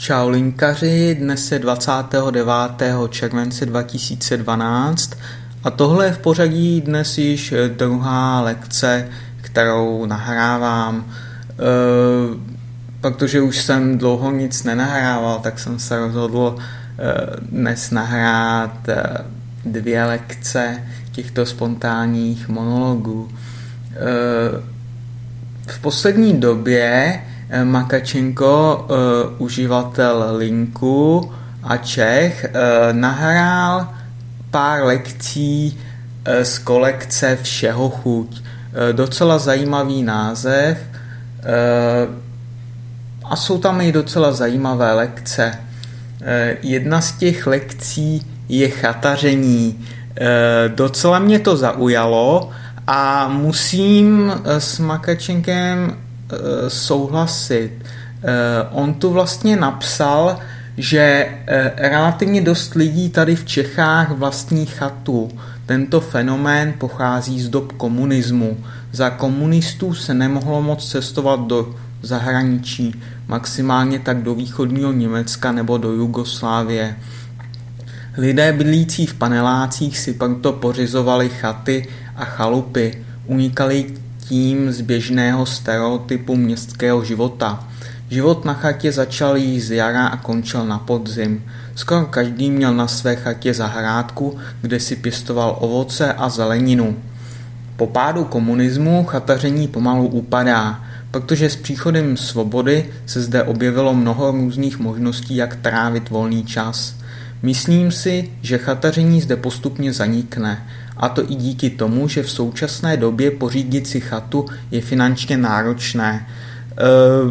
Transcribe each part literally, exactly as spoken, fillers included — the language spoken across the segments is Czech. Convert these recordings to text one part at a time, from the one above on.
Čau linkaři, dnes je dvacátého devátého července dva tisíce dvanáct a tohle je v pořadí dnes již druhá lekce, kterou nahrávám. E, protože už jsem dlouho nic nenahrával, tak jsem se rozhodl e, dnes nahrát e, dvě lekce těchto spontánních monologů. E, v poslední době Makačenko, uh, uživatel linku a Čech, uh, nahrál pár lekcí uh, z kolekce Všeho chuť. Uh, docela zajímavý název uh, a jsou tam i docela zajímavé lekce. Uh, jedna z těch lekcí je chataření. Uh, docela mě to zaujalo a musím s Makačenkem souhlasit. On tu vlastně napsal, že relativně dost lidí tady v Čechách vlastní chatu. Tento fenomén pochází z dob komunismu. Za komunistů se nemohlo moc cestovat do zahraničí, maximálně tak do východního Německa nebo do Jugoslávie. Lidé bydlící v panelácích si proto pořizovali chaty a chalupy, unikali tím z běžného stereotypu městského života. Život na chatě začal jí z jara a končil na podzim. Skoro každý měl na své chatě zahrádku, kde si pěstoval ovoce a zeleninu. Po pádu komunismu chataření pomalu upadá, protože s příchodem svobody se zde objevilo mnoho různých možností, jak trávit volný čas. Myslím si, že chataření zde postupně zanikne, a to i díky tomu, že v současné době pořídit si chatu je finančně náročné. E,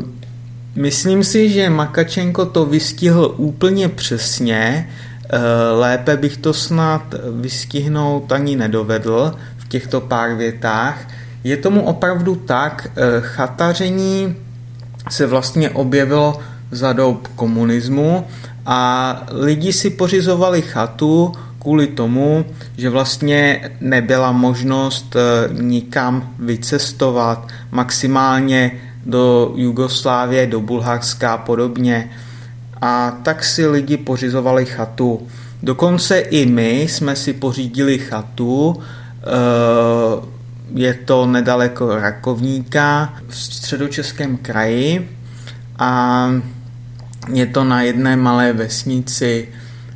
myslím si, že Makačenko to vystihl úplně přesně, e, lépe bych to snad vystihnout ani nedovedl v těchto pár větách. Je tomu opravdu tak, e, chataření se vlastně objevilo za dob komunismu a lidi si pořizovali chatu kvůli tomu, že vlastně nebyla možnost nikam vycestovat, maximálně do Jugoslávie, do Bulharska a podobně. A tak si lidi pořizovali chatu. Dokonce i my jsme si pořídili chatu, je to nedaleko Rakovníka v Středočeském kraji a je to na jedné malé vesnici.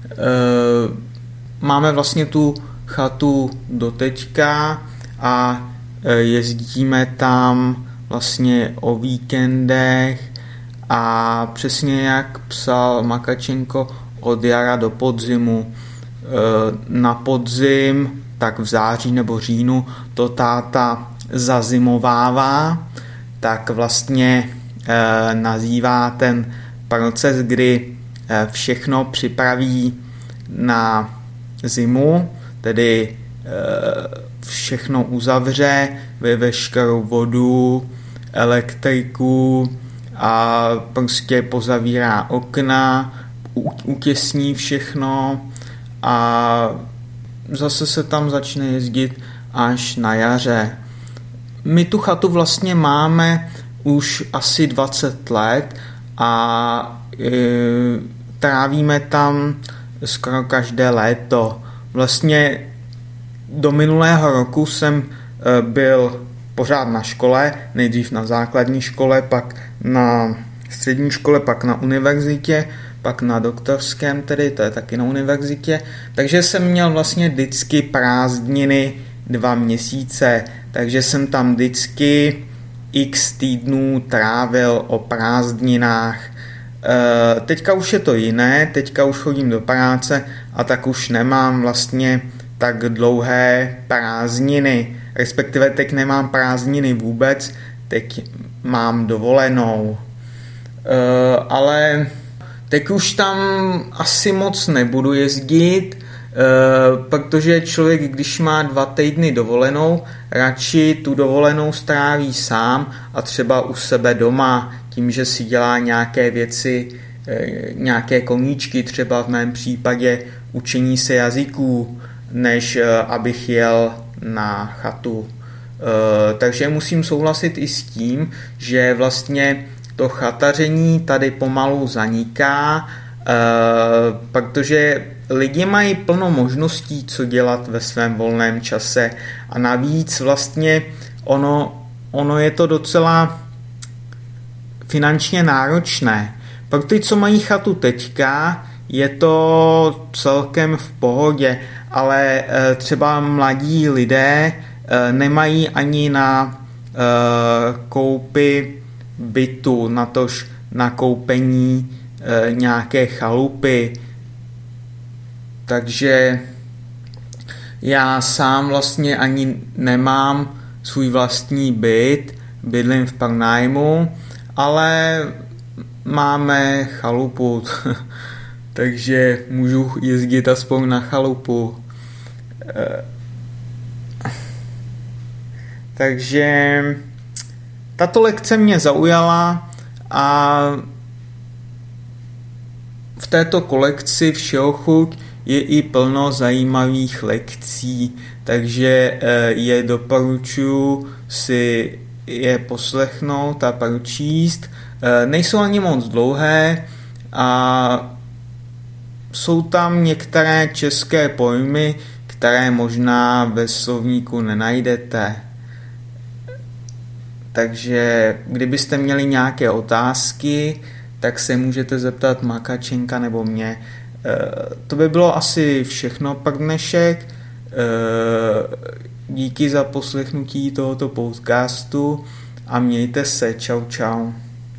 Máme vlastně tu chatu doteďka a jezdíme tam vlastně o víkendech a přesně jak psal Makačenko, od jara do podzimu. Na podzim, tak v září nebo říjnu, to táta zazimovává, tak vlastně nazývá ten proces, kdy všechno připraví na zimu, tedy všechno uzavře, ve veškerou vodu, elektriku a prostě pozavírá okna, utěsní všechno a zase se tam začne jezdit až na jaře. My tu chatu vlastně máme už asi dvacet let a e, trávíme tam skoro každé léto. Vlastně do minulého roku jsem byl pořád na škole, nejdřív na základní škole, pak na střední škole, pak na univerzitě, pak na doktorském, tedy to je taky na univerzitě. Takže jsem měl vlastně vždycky prázdniny dva měsíce, takže jsem tam vždycky x týdnů trávil o prázdninách. Teďka už je to jiné, teďka už chodím do práce a tak už nemám vlastně tak dlouhé prázdniny, respektive teď nemám prázdniny vůbec, teď mám dovolenou. Ale teď už tam asi moc nebudu jezdit, protože člověk, když má dva týdny dovolenou, radši tu dovolenou stráví sám a třeba u sebe doma, tím, že si dělá nějaké věci, nějaké koníčky, třeba v mém případě učení se jazyků, než abych jel na chatu. Takže musím souhlasit i s tím, že vlastně to chataření tady pomalu zaniká, protože lidi mají plno možností, co dělat ve svém volném čase a navíc vlastně ono, ono je to docela finančně náročné. Pro ty, co mají chatu teďka, je to celkem v pohodě, ale třeba mladí lidé nemají ani na koupi bytu, natož na koupení nějaké chalupy. Takže já sám vlastně ani nemám svůj vlastní byt, bydlím v pronájmu, ale máme chalupu, takže můžu jezdit aspoň na chalupu. Takže tato lekce mě zaujala a v této kolekci Všeho chuť je i plno zajímavých lekcí, takže je doporučuji si je poslechnout a pročíst. Nejsou ani moc dlouhé a jsou tam některé české pojmy, které možná ve slovníku nenajdete. Takže kdybyste měli nějaké otázky, tak se můžete zeptat Makačenka nebo mě. To by bylo asi všechno pro dnešek. Díky za poslechnutí tohoto podcastu a mějte se. Čau, čau.